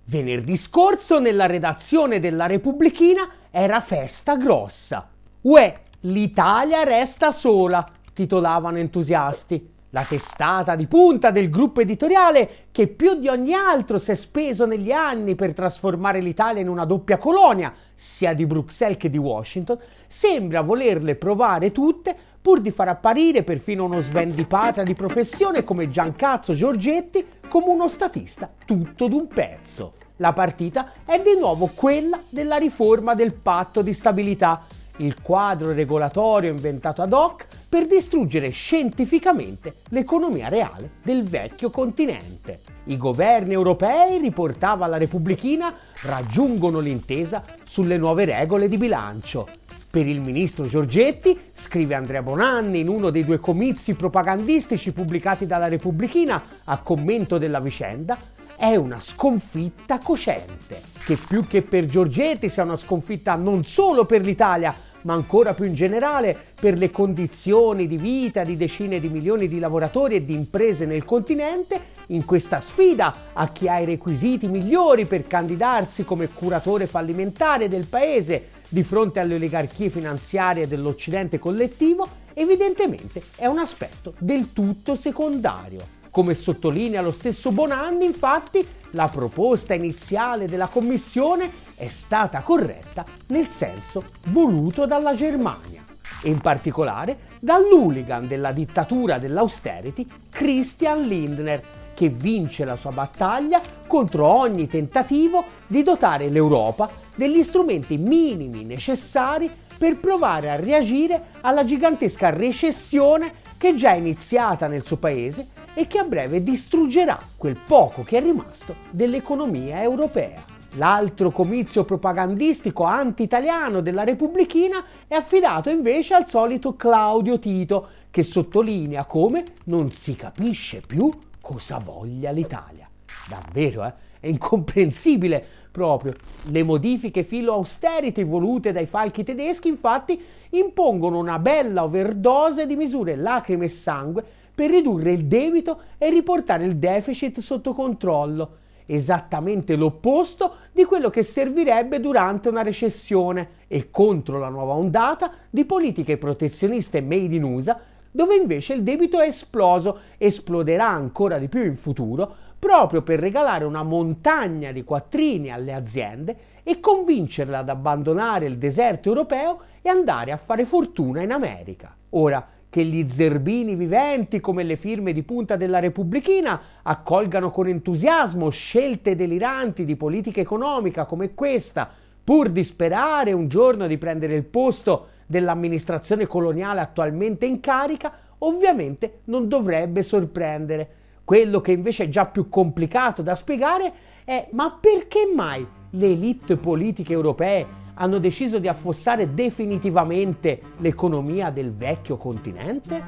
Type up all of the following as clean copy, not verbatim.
Venerdì scorso nella redazione della Repubblichina era festa grossa. Uè, l'Italia resta sola, titolavano entusiasti. La testata di punta del gruppo editoriale, che più di ogni altro si è speso negli anni per trasformare l'Italia in una doppia colonia, sia di Bruxelles che di Washington, sembra volerle provare tutte pur di far apparire perfino uno svendipatria di professione come Giancazzo Giorgetti come uno statista tutto d'un pezzo. La partita è di nuovo quella della riforma del patto di stabilità, il quadro regolatorio inventato ad hoc per distruggere scientificamente l'economia reale del vecchio continente. I governi europei, riportava la Repubblichina, raggiungono l'intesa sulle nuove regole di bilancio. Per il ministro Giorgetti, scrive Andrea Bonanni in uno dei 2 comizi propagandistici pubblicati dalla Repubblichina a commento della vicenda, è una sconfitta cocente, che più che per Giorgetti sia una sconfitta non solo per l'Italia, ma ancora più in generale per le condizioni di vita di decine di milioni di lavoratori e di imprese nel continente, in questa sfida a chi ha i requisiti migliori per candidarsi come curatore fallimentare del paese di fronte alle oligarchie finanziarie dell'Occidente collettivo, evidentemente è un aspetto del tutto secondario. Come sottolinea lo stesso Bonanni, infatti, la proposta iniziale della Commissione è stata corretta nel senso voluto dalla Germania e in particolare dall'hooligan della dittatura dell'austerity Christian Lindner, che vince la sua battaglia contro ogni tentativo di dotare l'Europa degli strumenti minimi necessari per provare a reagire alla gigantesca recessione che è già iniziata nel suo paese e che a breve distruggerà quel poco che è rimasto dell'economia europea. L'altro comizio propagandistico anti-italiano della Repubblichina è affidato invece al solito Claudio Tito, che sottolinea come non si capisce più cosa voglia l'Italia. Davvero, È incomprensibile proprio. Le modifiche filo-austerity volute dai falchi tedeschi, infatti, impongono una bella overdose di misure lacrime e sangue per ridurre il debito e riportare il deficit sotto controllo, esattamente l'opposto di quello che servirebbe durante una recessione e contro la nuova ondata di politiche protezioniste made in USA, dove invece il debito è esploso, esploderà ancora di più in futuro, proprio per regalare una montagna di quattrini alle aziende e convincerle ad abbandonare il deserto europeo e andare a fare fortuna in America. Ora, che gli zerbini viventi come le firme di punta della Repubblichina accolgano con entusiasmo scelte deliranti di politica economica come questa, pur di sperare un giorno di prendere il posto dell'amministrazione coloniale attualmente in carica, ovviamente non dovrebbe sorprendere. Quello che invece è già più complicato da spiegare è: ma perché mai le elite politiche europee hanno deciso di affossare definitivamente l'economia del vecchio continente?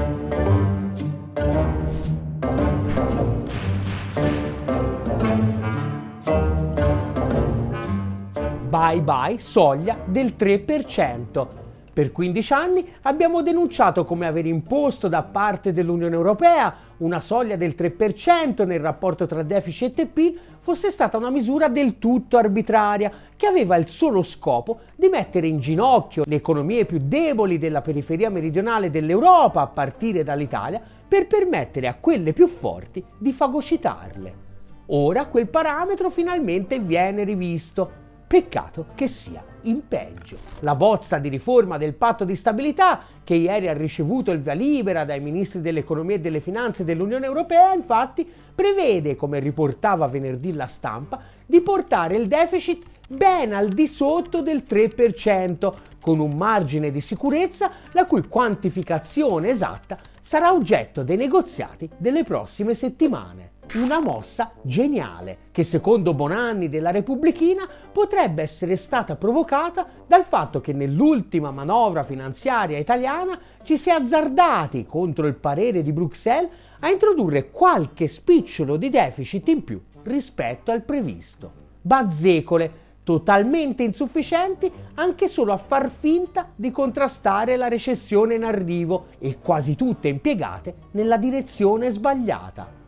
Bye bye soglia del 3%. Per 15 anni abbiamo denunciato come aver imposto da parte dell'Unione Europea una soglia del 3% nel rapporto tra deficit e PIL fosse stata una misura del tutto arbitraria, che aveva il solo scopo di mettere in ginocchio le economie più deboli della periferia meridionale dell'Europa, a partire dall'Italia, per permettere a quelle più forti di fagocitarle. Ora quel parametro finalmente viene rivisto. Peccato che sia in peggio. La bozza di riforma del patto di stabilità, che ieri ha ricevuto il via libera dai ministri dell'economia e delle finanze dell'Unione Europea, infatti prevede, come riportava venerdì La Stampa, di portare il deficit ben al di sotto del 3%, con un margine di sicurezza la cui quantificazione esatta sarà oggetto dei negoziati delle prossime settimane. Una mossa geniale, che secondo Bonanni della Repubblichina potrebbe essere stata provocata dal fatto che nell'ultima manovra finanziaria italiana ci si è azzardati, contro il parere di Bruxelles, a introdurre qualche spicciolo di deficit in più rispetto al previsto. Bazzecole totalmente insufficienti anche solo a far finta di contrastare la recessione in arrivo e quasi tutte impiegate nella direzione sbagliata.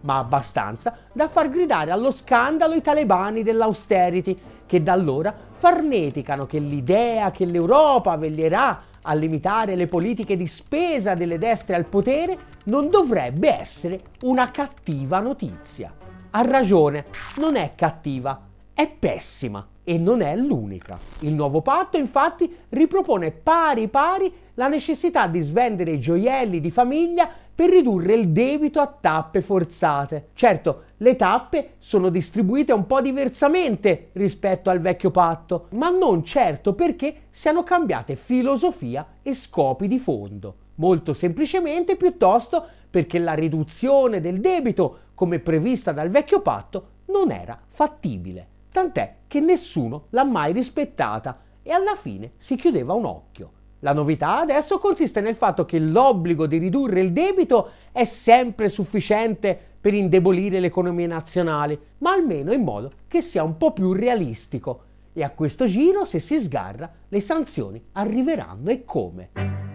ma abbastanza da far gridare allo scandalo i talebani dell'austerity, che da allora farneticano che l'idea che l'Europa veglierà a limitare le politiche di spesa delle destre al potere non dovrebbe essere una cattiva notizia. Ha ragione, non è cattiva, è pessima e non è l'unica. Il nuovo patto infatti ripropone pari pari la necessità di svendere i gioielli di famiglia per ridurre il debito a tappe forzate. Certo, le tappe sono distribuite un po' diversamente rispetto al vecchio patto, ma non certo perché siano cambiate filosofia e scopi di fondo. Molto semplicemente piuttosto perché la riduzione del debito, come prevista dal vecchio patto, non era fattibile. Tant'è che nessuno l'ha mai rispettata e alla fine si chiudeva un occhio. La novità adesso consiste nel fatto che l'obbligo di ridurre il debito è sempre sufficiente per indebolire le economie nazionali, ma almeno in modo che sia un po' più realistico. E a questo giro, se si sgarra, le sanzioni arriveranno e come.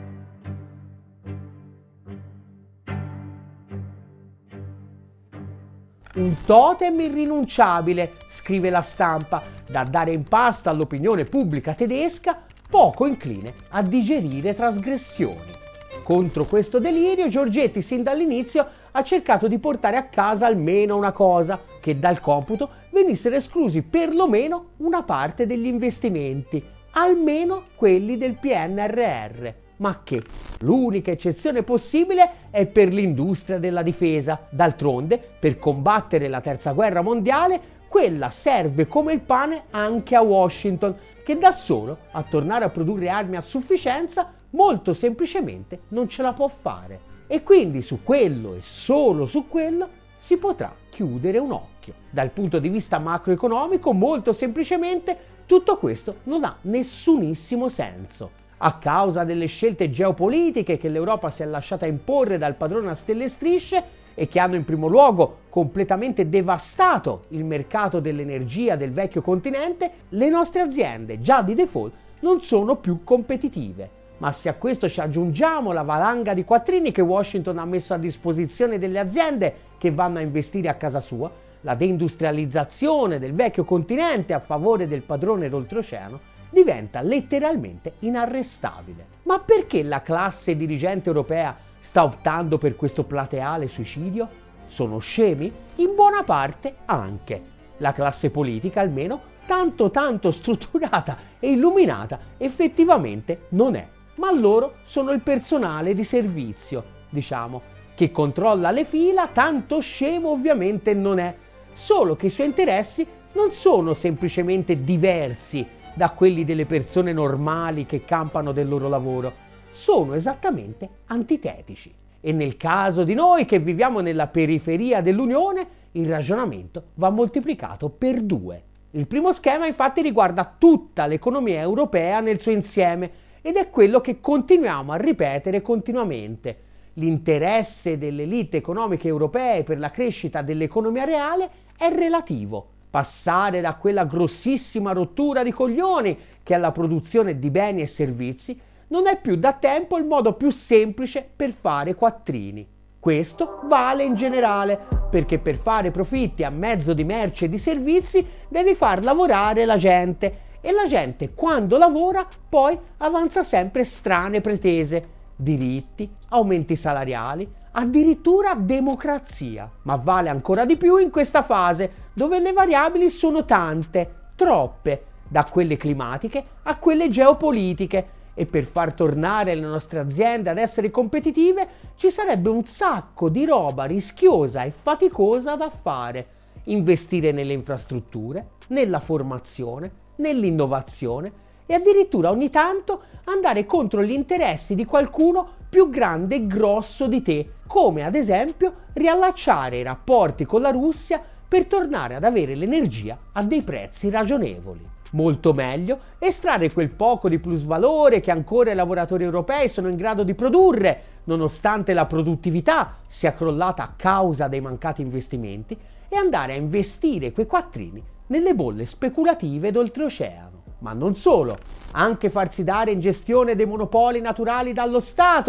Un totem irrinunciabile, scrive La Stampa, da dare in pasta all'opinione pubblica tedesca, poco incline a digerire trasgressioni. Contro questo delirio, Giorgetti sin dall'inizio ha cercato di portare a casa almeno una cosa, che dal computo venissero esclusi perlomeno una parte degli investimenti, almeno quelli del PNRR. Ma che l'unica eccezione possibile è per l'industria della difesa. D'altronde, per combattere la terza guerra mondiale, quella serve come il pane anche a Washington, che da solo, a tornare a produrre armi a sufficienza, molto semplicemente non ce la può fare. E quindi su quello e solo su quello si potrà chiudere un occhio. Dal punto di vista macroeconomico, molto semplicemente, tutto questo non ha nessunissimo senso. A causa delle scelte geopolitiche che l'Europa si è lasciata imporre dal padrone a stelle e strisce e che hanno in primo luogo completamente devastato il mercato dell'energia del vecchio continente, le nostre aziende, già di default, non sono più competitive. Ma se a questo ci aggiungiamo la valanga di quattrini che Washington ha messo a disposizione delle aziende che vanno a investire a casa sua, la deindustrializzazione del vecchio continente a favore del padrone d'oltreoceano diventa letteralmente inarrestabile. Ma perché la classe dirigente europea sta optando per questo plateale suicidio? Sono scemi? In buona parte anche. La classe politica, almeno, tanto strutturata e illuminata, effettivamente non è. Ma loro sono il personale di servizio, diciamo, che controlla le fila, tanto scemo ovviamente non è. Solo che i suoi interessi non sono semplicemente diversi da quelli delle persone normali che campano del loro lavoro, sono esattamente antitetici. E nel caso di noi che viviamo nella periferia dell'Unione, il ragionamento va moltiplicato per 2. Il primo schema infatti riguarda tutta l'economia europea nel suo insieme ed è quello che continuiamo a ripetere continuamente. L'interesse delle elite economiche europee per la crescita dell'economia reale è relativo. Passare da quella grossissima rottura di coglioni che è la produzione di beni e servizi non è più da tempo il modo più semplice per fare quattrini. Questo vale in generale, perché per fare profitti a mezzo di merci e di servizi devi far lavorare la gente e la gente quando lavora poi avanza sempre strane pretese, diritti, aumenti salariali, addirittura democrazia. Ma vale ancora di più in questa fase, dove le variabili sono tante, troppe, da quelle climatiche a quelle geopolitiche, e per far tornare le nostre aziende ad essere competitive ci sarebbe un sacco di roba rischiosa e faticosa da fare. Investire nelle infrastrutture, nella formazione, nell'innovazione e addirittura ogni tanto andare contro gli interessi di qualcuno più grande e grosso di te, come ad esempio riallacciare i rapporti con la Russia per tornare ad avere l'energia a dei prezzi ragionevoli. Molto meglio estrarre quel poco di plusvalore che ancora i lavoratori europei sono in grado di produrre, nonostante la produttività sia crollata a causa dei mancati investimenti, e andare a investire quei quattrini nelle bolle speculative d'oltreoceano. Ma non solo, anche farsi dare in gestione dei monopoli naturali dallo Stato,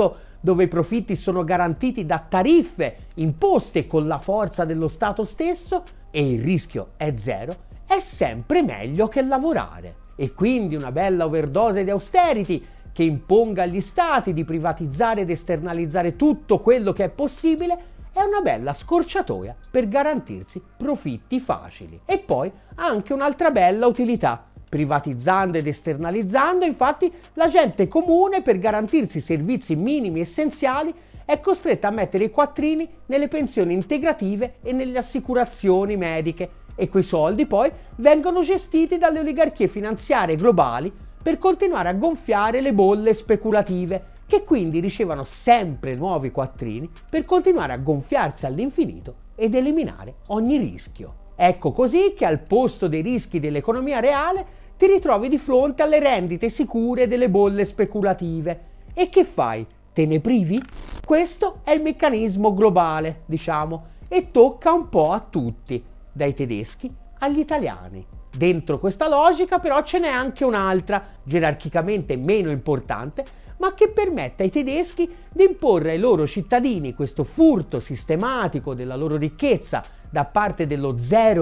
dove i profitti sono garantiti da tariffe imposte con la forza dello Stato stesso e il rischio è zero, è sempre meglio che lavorare. E quindi una bella overdose di austerity che imponga agli stati di privatizzare ed esternalizzare tutto quello che è possibile è una bella scorciatoia per garantirsi profitti facili. E poi ha anche un'altra bella utilità. Privatizzando ed esternalizzando, infatti, la gente comune, per garantirsi servizi minimi essenziali, è costretta a mettere i quattrini nelle pensioni integrative e nelle assicurazioni mediche, e quei soldi poi vengono gestiti dalle oligarchie finanziarie globali per continuare a gonfiare le bolle speculative, che quindi ricevono sempre nuovi quattrini per continuare a gonfiarsi all'infinito ed eliminare ogni rischio. Ecco così che al posto dei rischi dell'economia reale ti ritrovi di fronte alle rendite sicure delle bolle speculative. E che fai? Te ne privi? Questo è il meccanismo globale, diciamo, e tocca un po' a tutti, dai tedeschi agli italiani. Dentro questa logica però ce n'è anche un'altra, gerarchicamente meno importante, ma che permette ai tedeschi di imporre ai loro cittadini questo furto sistematico della loro ricchezza da parte dello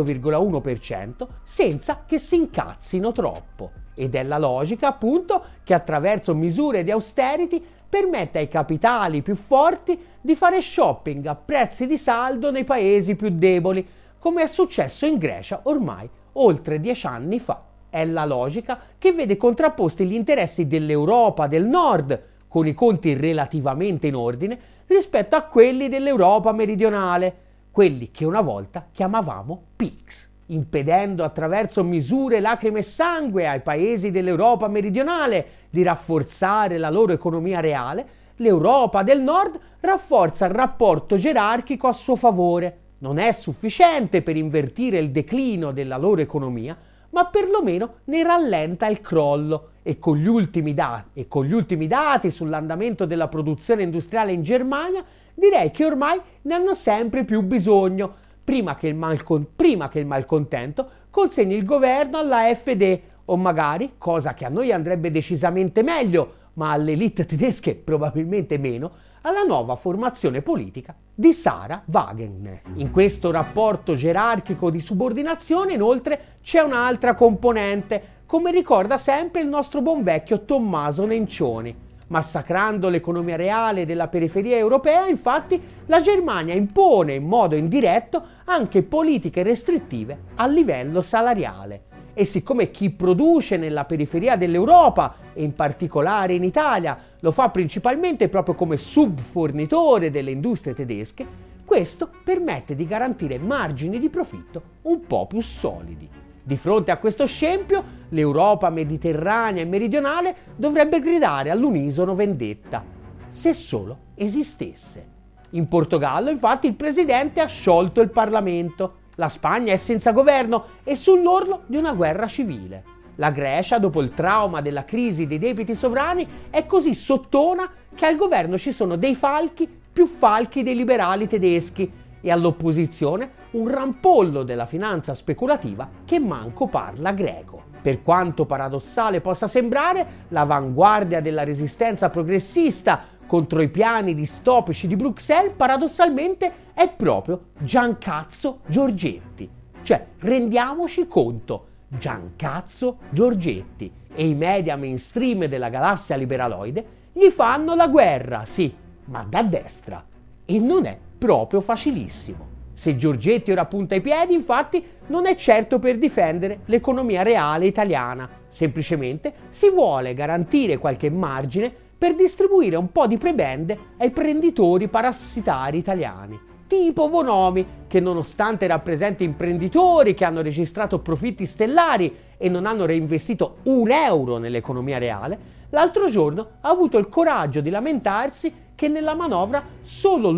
0,1% senza che si incazzino troppo. Ed è la logica, appunto, che attraverso misure di austerity permette ai capitali più forti di fare shopping a prezzi di saldo nei paesi più deboli, come è successo in Grecia ormai oltre 10 anni fa. È la logica che vede contrapposti gli interessi dell'Europa del Nord, con i conti relativamente in ordine, rispetto a quelli dell'Europa meridionale, quelli che una volta chiamavamo PIGS, impedendo attraverso misure lacrime e sangue ai paesi dell'Europa meridionale di rafforzare la loro economia reale. L'Europa del Nord rafforza il rapporto gerarchico a suo favore. Non è sufficiente per invertire il declino della loro economia, ma perlomeno ne rallenta il crollo, e con gli ultimi dati sull'andamento della produzione industriale in Germania direi che ormai ne hanno sempre più bisogno, prima che il malcontento consegni il governo alla AfD o magari, cosa che a noi andrebbe decisamente meglio, ma alle elite tedesche probabilmente meno, alla nuova formazione politica di Sarah Wagenknecht. In questo rapporto gerarchico di subordinazione, inoltre, c'è un'altra componente, come ricorda sempre il nostro buon vecchio Tommaso Nencioni. Massacrando l'economia reale della periferia europea, infatti, la Germania impone in modo indiretto anche politiche restrittive a livello salariale. E siccome chi produce nella periferia dell'Europa, e in particolare in Italia, lo fa principalmente proprio come subfornitore delle industrie tedesche, questo permette di garantire margini di profitto un po' più solidi. Di fronte a questo scempio, l'Europa mediterranea e meridionale dovrebbe gridare all'unisono vendetta, se solo esistesse. In Portogallo, infatti, il presidente ha sciolto il Parlamento. La Spagna è senza governo e sull'orlo di una guerra civile. La Grecia, dopo il trauma della crisi dei debiti sovrani, è così sottona che al governo ci sono dei falchi più falchi dei liberali tedeschi e all'opposizione un rampollo della finanza speculativa che manco parla greco. Per quanto paradossale possa sembrare, l'avanguardia della resistenza progressista contro i piani distopici di Bruxelles paradossalmente è proprio Giancazzo Giorgetti. Cioè, rendiamoci conto, Giancazzo Giorgetti e i media mainstream della galassia liberaloide gli fanno la guerra, sì, ma da destra. E non è proprio facilissimo. Se Giorgetti ora punta i piedi, infatti, non è certo per difendere l'economia reale italiana. Semplicemente si vuole garantire qualche margine per distribuire un po' di prebende ai prenditori parassitari italiani, tipo Bonomi, che nonostante rappresenti imprenditori che hanno registrato profitti stellari e non hanno reinvestito un euro nell'economia reale, l'altro giorno ha avuto il coraggio di lamentarsi che nella manovra solo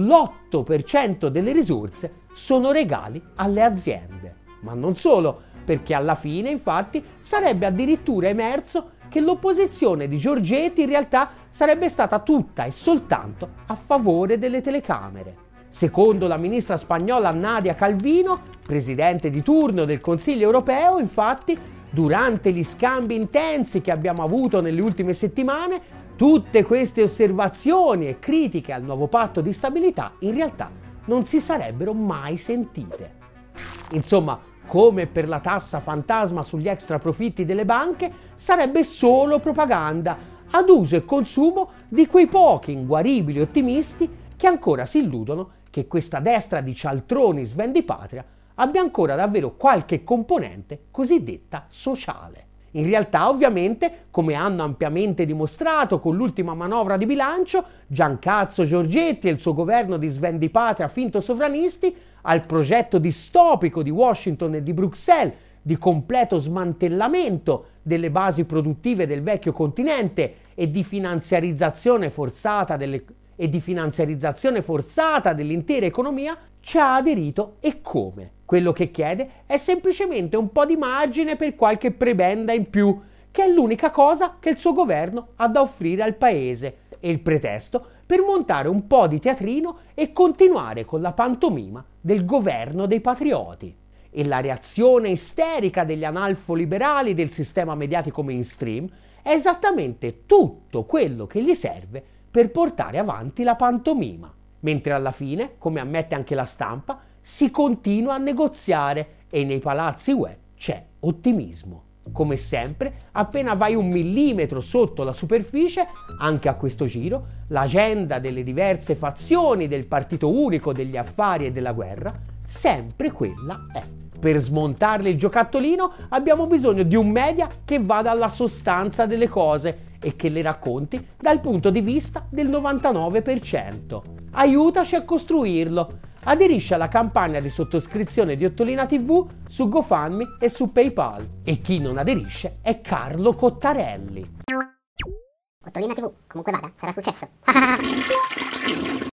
l'8% delle risorse sono regali alle aziende. Ma non solo, perché alla fine, infatti, sarebbe addirittura emerso che l'opposizione di Giorgetti in realtà sarebbe stata tutta e soltanto a favore delle telecamere. Secondo la ministra spagnola Nadia Calvino, presidente di turno del Consiglio europeo, infatti, durante gli scambi intensi che abbiamo avuto nelle ultime settimane, Tutte queste osservazioni e critiche al nuovo patto di stabilità in realtà non si sarebbero mai sentite. Insomma, come per la tassa fantasma sugli extra profitti delle banche, sarebbe solo propaganda ad uso e consumo di quei pochi inguaribili ottimisti che ancora si illudono che questa destra di cialtroni svendipatria abbia ancora davvero qualche componente cosiddetta sociale. In realtà, ovviamente, come hanno ampiamente dimostrato con l'ultima manovra di bilancio, Giancazzo Giorgetti e il suo governo di svendipatria finto sovranisti, al progetto distopico di Washington e di Bruxelles di completo smantellamento delle basi produttive del vecchio continente e di finanziarizzazione forzata dell'intera economia, ci ha aderito e come. Quello che chiede è semplicemente un po' di margine per qualche prebenda in più, che è l'unica cosa che il suo governo ha da offrire al paese e il pretesto per montare un po' di teatrino e continuare con la pantomima del governo dei patrioti. E la reazione isterica degli analfoliberali del sistema mediatico mainstream è esattamente tutto quello che gli serve per portare avanti la pantomima. Mentre alla fine, come ammette anche la stampa, si continua a negoziare e nei palazzi UE c'è ottimismo. Come sempre, appena vai un millimetro sotto la superficie, anche a questo giro, l'agenda delle diverse fazioni del partito unico degli affari e della guerra, sempre quella è. Per smontarle il giocattolino abbiamo bisogno di un media che vada alla sostanza delle cose e che le racconti dal punto di vista del 99%. Aiutaci a costruirlo. Aderisci alla campagna di sottoscrizione di Ottolina TV su GoFundMe e su PayPal. E chi non aderisce è Carlo Cottarelli. Ottolina TV, comunque vada, sarà successo.